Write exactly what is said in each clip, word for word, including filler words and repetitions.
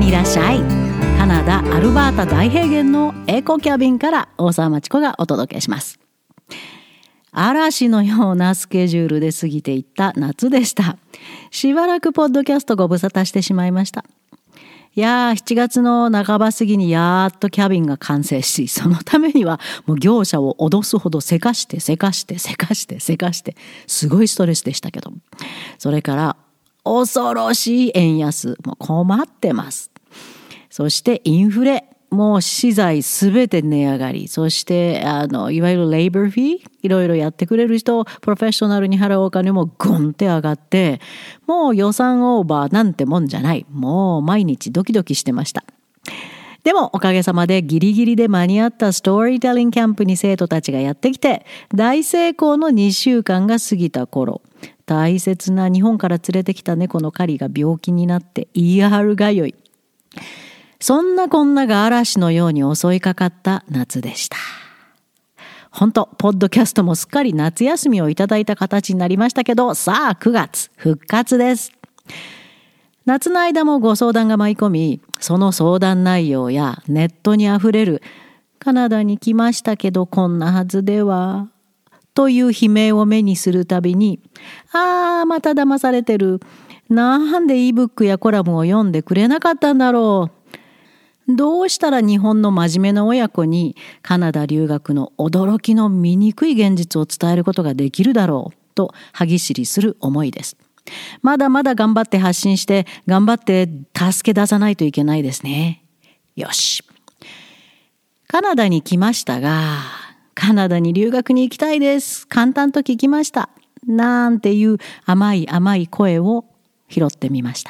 にいらっしゃい。カナダアルバータ大平原のエコキャビンから大沢まちこがお届けします。嵐のようなスケジュールで過ぎていった夏でした。しばらくポッドキャストご無沙汰してしまいました。いやー、しちがつの半ば過ぎにやっとキャビンが完成し、そのためにはもう業者を脅すほどせかしてせかしてせかしてせかしてすごいストレスでしたけど、それから恐ろしい円安、もう困ってます。そしてインフレ、もう資材すべて値上がり、そしてあのいわゆるレイバーフィー、いろいろやってくれる人、プロフェッショナルに払うお金もゴンって上がって、もう予算オーバーなんてもんじゃない。もう毎日ドキドキしてました。でもおかげさまでギリギリで間に合ったストーリーテリングキャンプに生徒たちがやってきて、大成功のにしゅうかんが過ぎた頃、大切な日本から連れてきた猫のカリが病気になって イーアール 通い。そんなこんなが嵐のように襲いかかった夏でした。本当、ポッドキャストもすっかり夏休みをいただいた形になりましたけど、さあくがつ復活です。夏の間もご相談が舞い込み、その相談内容やネットにあふれるカナダに来ましたけどこんなはずではという悲鳴を目にするたびに、ああまた騙されてる、なんで e-book やコラムを読んでくれなかったんだろう、どうしたら日本の真面目な親子にカナダ留学の驚きの醜い現実を伝えることができるだろうと歯ぎしりする思いです。まだまだ頑張って発信して頑張って助け出さないといけないですね。よし。カナダに来ましたが、カナダに留学に行きたいです。簡単と聞きました。なんていう甘い甘い声を拾ってみました。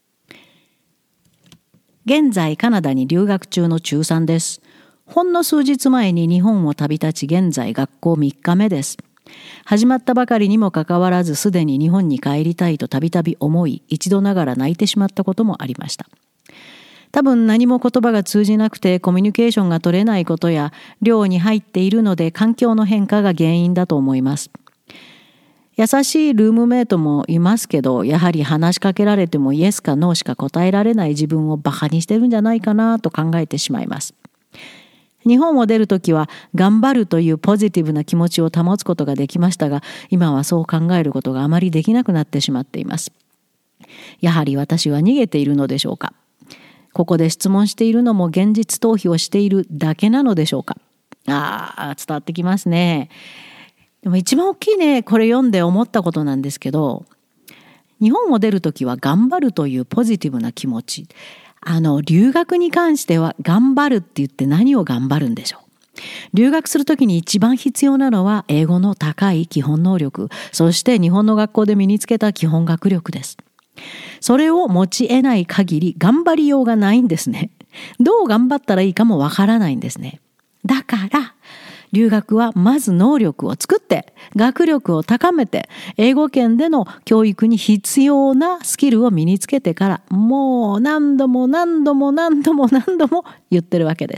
現在カナダに留学中のちゅうさんです。ほんの数日前に日本を旅立ち、現在学校みっかめです。始まったばかりにもかかわらず、すでに日本に帰りたいとたびたび思い、一度ながら泣いてしまったこともありました。多分何も言葉が通じなくてコミュニケーションが取れないことや、寮に入っているので環境の変化が原因だと思います。優しいルームメイトもいますけど、やはり話しかけられてもイエスかノーしか答えられない自分をバカにしてるんじゃないかなと考えてしまいます。日本を出るときは頑張るというポジティブな気持ちを保つことができましたが、今はそう考えることがあまりできなくなってしまっています。やはり私は逃げているのでしょうか。ここで質問しているのも現実逃避をしているだけなのでしょうか。ああ、伝わってきますね。でも一番大きいね、これ読んで思ったことなんですけど、日本を出るときは頑張るというポジティブな気持ち。あの、留学に関しては頑張るって言って何を頑張るんでしょう。留学するときに一番必要なのは英語の高い基本能力、そして日本の学校で身につけた基本学力です。それを持ち得ない限り頑張りようがないんですね。どう頑張ったらいいかもわからないんですね。だから、留学はまず能力を作って、学力を高めて、英語圏での教育に必要なスキルを身につけてから、もう何度も何度も何度も何度も言ってるわけです。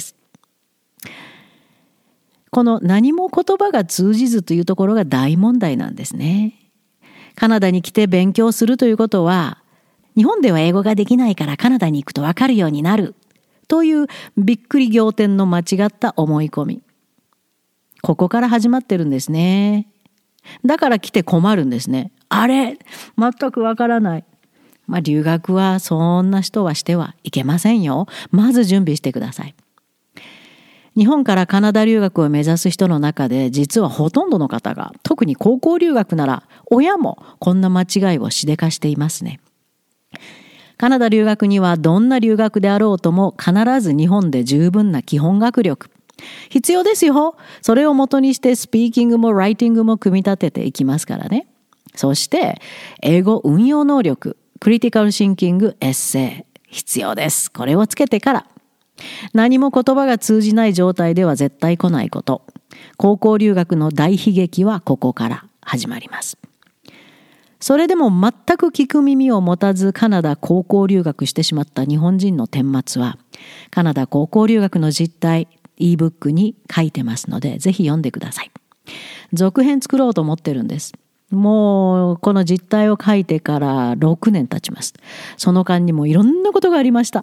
この何も言葉が通じずというところが大問題なんですね。カナダに来て勉強するということは、日本では英語ができないからカナダに行くと分かるようになるというびっくり仰天の間違った思い込み。ここから始まってるんですね。だから来て困るんですね。あれ、全くわからない。まあ留学はそんな人はしてはいけませんよ。まず準備してください。日本からカナダ留学を目指す人の中で、実はほとんどの方が、特に高校留学なら親もこんな間違いをしでかしていますね。カナダ留学にはどんな留学であろうとも必ず日本で十分な基本学力必要ですよ。それを元にしてスピーキングもライティングも組み立てていきますからね。そして英語運用能力、クリティカルシンキング、エッセイ必要です。これをつけてから、何も言葉が通じない状態では絶対来ないこと。高校留学の大悲劇はここから始まります。それでも全く聞く耳を持たずカナダ高校留学してしまった日本人の顛末は、カナダ高校留学の実態、e-book に書いてますので、ぜひ読んでください。続編作ろうと思ってるんです。もうこの実態を書いてからろくねん経ちます。その間にもいろんなことがありました。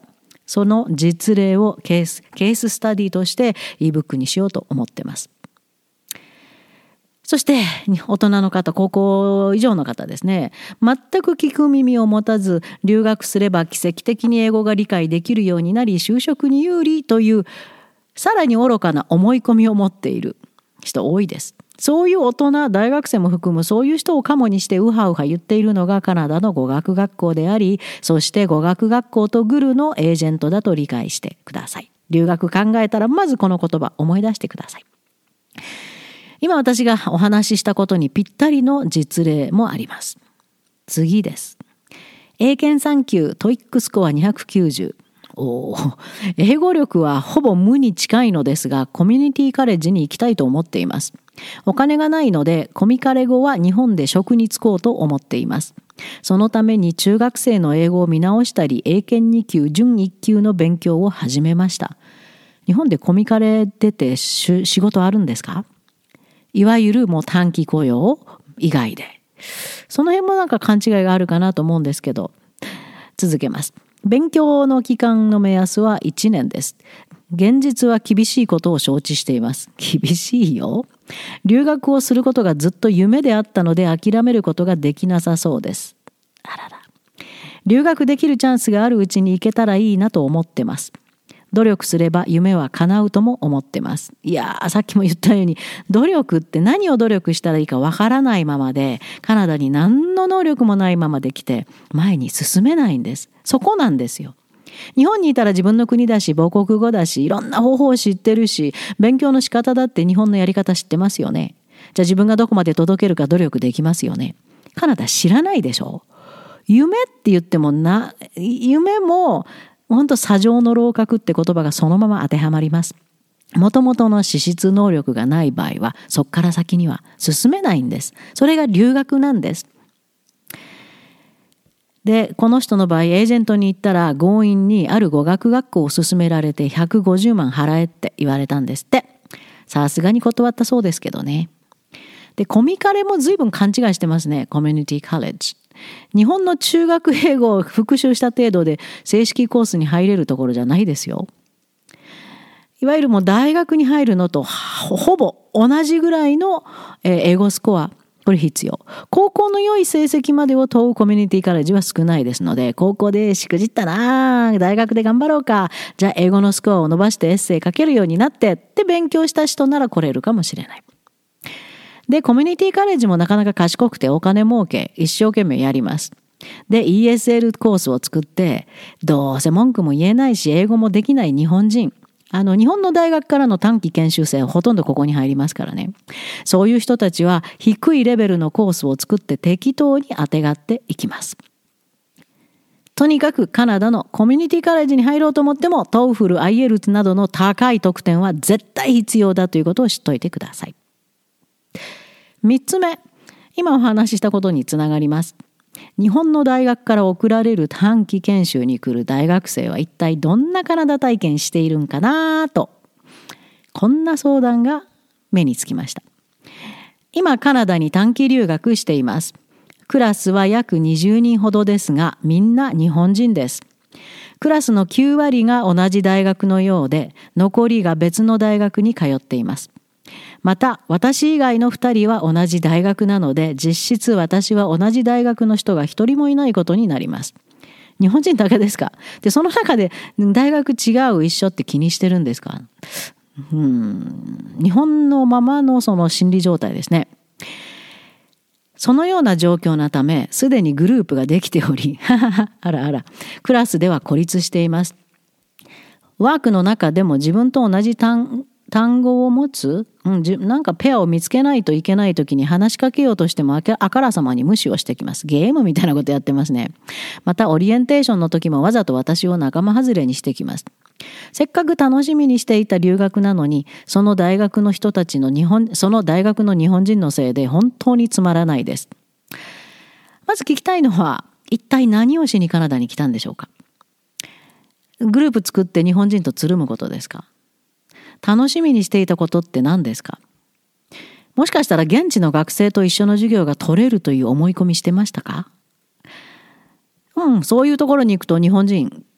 その実例をケース、ケーススタディとして ebook にしようと思ってます。そして大人の方、高校以上の方ですね。全く聞く耳を持たず、留学すれば奇跡的に英語が理解できるようになり、就職に有利というさらに愚かな思い込みを持っている人多いです。そういう大人、大学生も含むそういう人をカモにしてウハウハ言っているのがカナダの語学学校であり、そして語学学校とグルのエージェントだと理解してください。留学考えたらまずこの言葉思い出してください。今私がお話ししたことにぴったりの実例もあります。次です。英検さん級トイックスコアにひゃくきゅうじゅう。おー、英語力はほぼ無に近いのですが、コミュニティカレッジに行きたいと思っています。お金がないので、コミカレ語は日本で職に就こうと思っています。そのために中学生の英語を見直したり、英検に級、準いっ級の勉強を始めました。日本でコミカレ出て仕事あるんですか？いわゆるもう短期雇用以外で。その辺もなんか勘違いがあるかなと思うんですけど、続けます。勉強の期間の目安はいちねんです。現実は厳しいことを承知しています。厳しいよ。留学をすることがずっと夢であったので諦めることができなさそうです。あらら。留学できるチャンスがあるうちに行けたらいいなと思ってます。努力すれば夢は叶うとも思ってます。いやー、さっきも言ったように、努力って何を努力したらいいかわからないままで、カナダに何の能力もないままで来て、前に進めないんです。そこなんですよ。日本にいたら自分の国だし、母国語だし、いろんな方法を知ってるし、勉強の仕方だって日本のやり方知ってますよね。じゃあ自分がどこまで届けるか努力できますよね。カナダ知らないでしょ。夢って言ってもな、夢も、本当砂上の楼閣って言葉がそのまま当てはまります。もともとの資質能力がない場合はそこから先には進めないんです。それが留学なんです。で、この人の場合エージェントに行ったら強引にある語学学校を勧められてひゃくごじゅうまん払えって言われたんですって。さすがに断ったそうですけどね。で、コミカレも随分勘違いしてますね。コミュニティカレッジ。日本の中学英語を復習した程度で正式コースに入れるところじゃないですよ。いわゆるもう大学に入るのとほぼ同じぐらいの英語スコア、これ必要。高校の良い成績までを問うコミュニティカレッジは少ないですので、高校でしくじったな、大学で頑張ろうか、じゃあ英語のスコアを伸ばしてエッセイ書けるようになってって勉強した人なら来れるかもしれない。で、コミュニティカレッジもなかなか賢くてお金儲け、一生懸命やります。で、イーエスエル コースを作って、どうせ文句も言えないし、英語もできない日本人。あの、日本の大学からの短期研修生はほとんどここに入りますからね。そういう人たちは低いレベルのコースを作って適当に当てがっていきます。とにかくカナダのコミュニティカレッジに入ろうと思っても、トーフル、アイエルツ などの高い得点は絶対必要だということを知っておいてください。三つ目、今お話ししたことにつながります。日本の大学から送られる短期研修に来る大学生は一体どんなカナダ体験しているんかなと、こんな相談が目につきました。今カナダに短期留学しています。クラスは約にじゅうにんほどですが、みんな日本人です。クラスのきゅうわりが同じ大学のようで、残りが別の大学に通っています。また私以外のふたりは同じ大学なので、実質私は同じ大学の人が一人もいないことになります。日本人だけですか？で、その中で大学違う一緒って気にしてるんですか？うーん、日本のままのその心理状態ですね。そのような状況のため、すでにグループができておりあらあら、クラスでは孤立しています。ワークの中でも自分と同じ単単語を持つ、うん、じなんかペアを見つけないといけないときに話しかけようとしてもあからさまに無視をしてきます。ゲームみたいなことやってますね。またオリエンテーションの時もわざと私を仲間外れにしてきます。せっかく楽しみにしていた留学なのに、その大学の人たちの日本、その大学の日本人のせいで本当につまらないです。まず聞きたいのは、一体何をしにカナダに来たんでしょうか。グループ作って日本人とつるむことですか。楽しみにしていたことって何ですか？もしかしたら現地の学生と一緒の授業が取れるという思い込みしてましたか？うん、そういうところに行くと日本人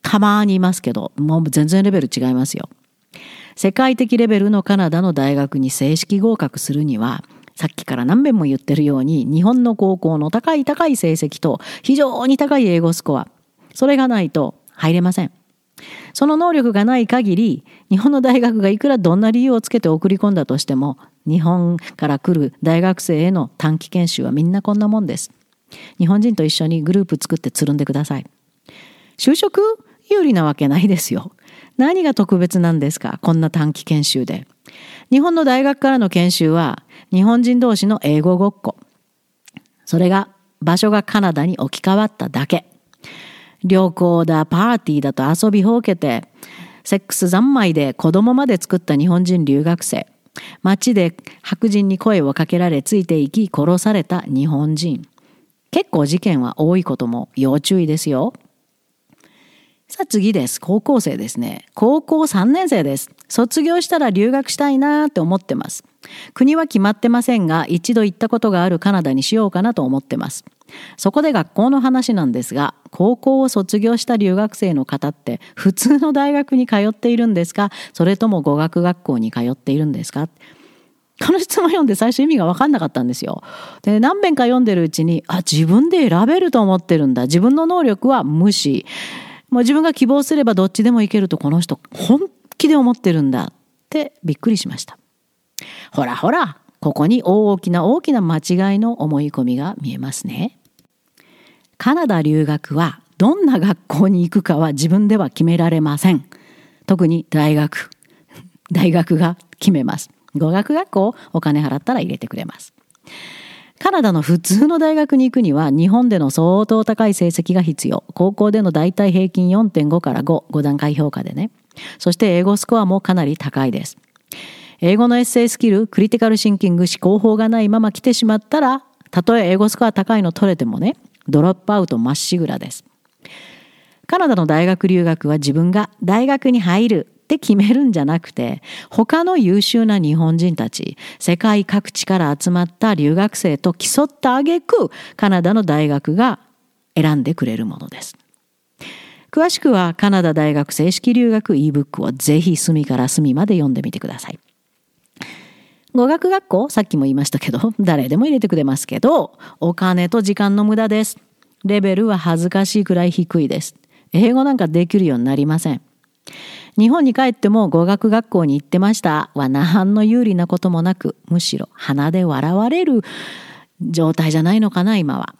たまにいますけど、もう全然レベル違いますよ。世界的レベルのカナダの大学に正式合格するには、さっきから何遍も言ってるように、日本の高校の高い高い成績と非常に高い英語スコア、それがないと入れません。その能力がない限り、日本の大学がいくらどんな理由をつけて送り込んだとしても、日本から来る大学生への短期研修はみんなこんなもんです。日本人と一緒にグループ作ってつるんでください。就職有利なわけないですよ。何が特別なんですか、こんな短期研修で。日本の大学からの研修は日本人同士の英語ごっこ。それが場所がカナダに置き換わっただけ。旅行だパーティーだと遊びほうけて、セックス三昧で子供まで作った日本人留学生。街で白人に声をかけられついていき殺された日本人。結構事件は多いことも要注意ですよ。さあ次です。高校生ですね。高校さんねん生です。卒業したら留学したいなって思ってます。国は決まってませんが、一度行ったことがあるカナダにしようかなと思ってます。そこで学校の話なんですが、高校を卒業した留学生の方って普通の大学に通っているんですか、それとも語学学校に通っているんですか。この質問読んで最初意味が分かんなかったんですよ。で、何遍か読んでるうちに、あ、自分で選べると思ってるんだ。自分の能力は無視。もう自分が希望すればどっちでもいけるとこの人本気で思ってるんだってびっくりしました。ほらほら、ここに大きな大きな間違いの思い込みが見えますね。カナダ留学はどんな学校に行くかは自分では決められません。特に大学。大学が決めます。語学学校お金払ったら入れてくれます。カナダの普通の大学に行くには日本での相当高い成績が必要。高校でのだいたい平均 よんてんご からご、ご段階評価でね。そして英語スコアもかなり高いです。英語のエッセイスキル、クリティカルシンキング、思考法がないまま来てしまったら、たとえ英語スコア高いの取れてもね、ドロップアウトまっしぐらです。カナダの大学留学は自分が大学に入るって決めるんじゃなくて、他の優秀な日本人たち、世界各地から集まった留学生と競った挙句、カナダの大学が選んでくれるものです。詳しくはカナダ大学正式留学 e-book をぜひ隅から隅まで読んでみてください。語学学校、さっきも言いましたけど、誰でも入れてくれますけど、お金と時間の無駄です。レベルは恥ずかしいくらい低いです。英語なんかできるようになりません。日本に帰っても語学学校に行ってましたは何の有利なこともなく、むしろ鼻で笑われる状態じゃないのかな、今は。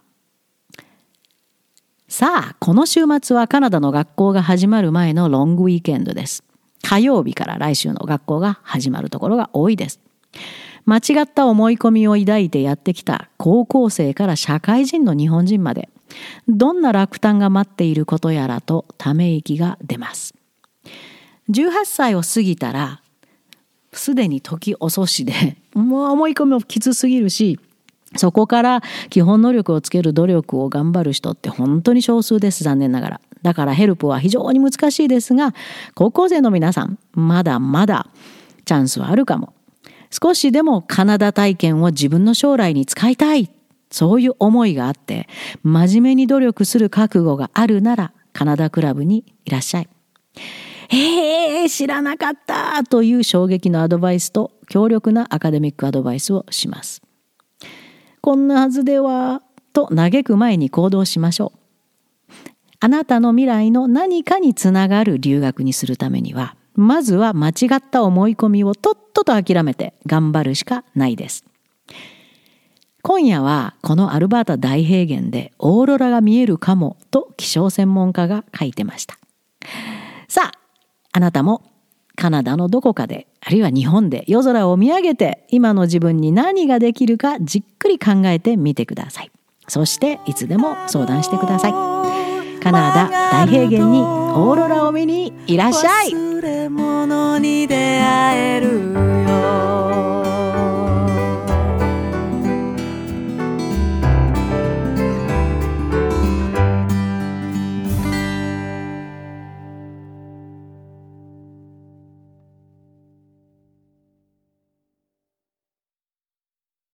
さあ、この週末はカナダの学校が始まる前のロングウィーケンドです。火曜日から来週の学校が始まるところが多いです。間違った思い込みを抱いてやってきた高校生から社会人の日本人まで、どんな落胆が待っていることやらとため息が出ます。じゅうはっさいを過ぎたら、すでに時遅しで、もう思い込みもきつすぎるし、そこから基本能力をつける努力を頑張る人って本当に少数です、残念ながら。だからヘルプは非常に難しいですが、高校生の皆さん、まだまだチャンスはあるかも。少しでもカナダ体験を自分の将来に使いたい。そういう思いがあって、真面目に努力する覚悟があるなら、カナダクラブにいらっしゃい。えー、知らなかったという衝撃のアドバイスと強力なアカデミックアドバイスをします。こんなはずでは、と嘆く前に行動しましょう。あなたの未来の何かにつながる留学にするためには、まずは間違った思い込みをとっとと諦めて頑張るしかないです。今夜はこのアルバータ大平原でオーロラが見えるかもと気象専門家が書いてました。さあ、あなたもカナダのどこかで、あるいは日本で夜空を見上げて今の自分に何ができるかじっくり考えてみてください。そしていつでも相談してください。カナダ大平原にオーロラを見にいらっしゃい。忘れ物に出会えるよ。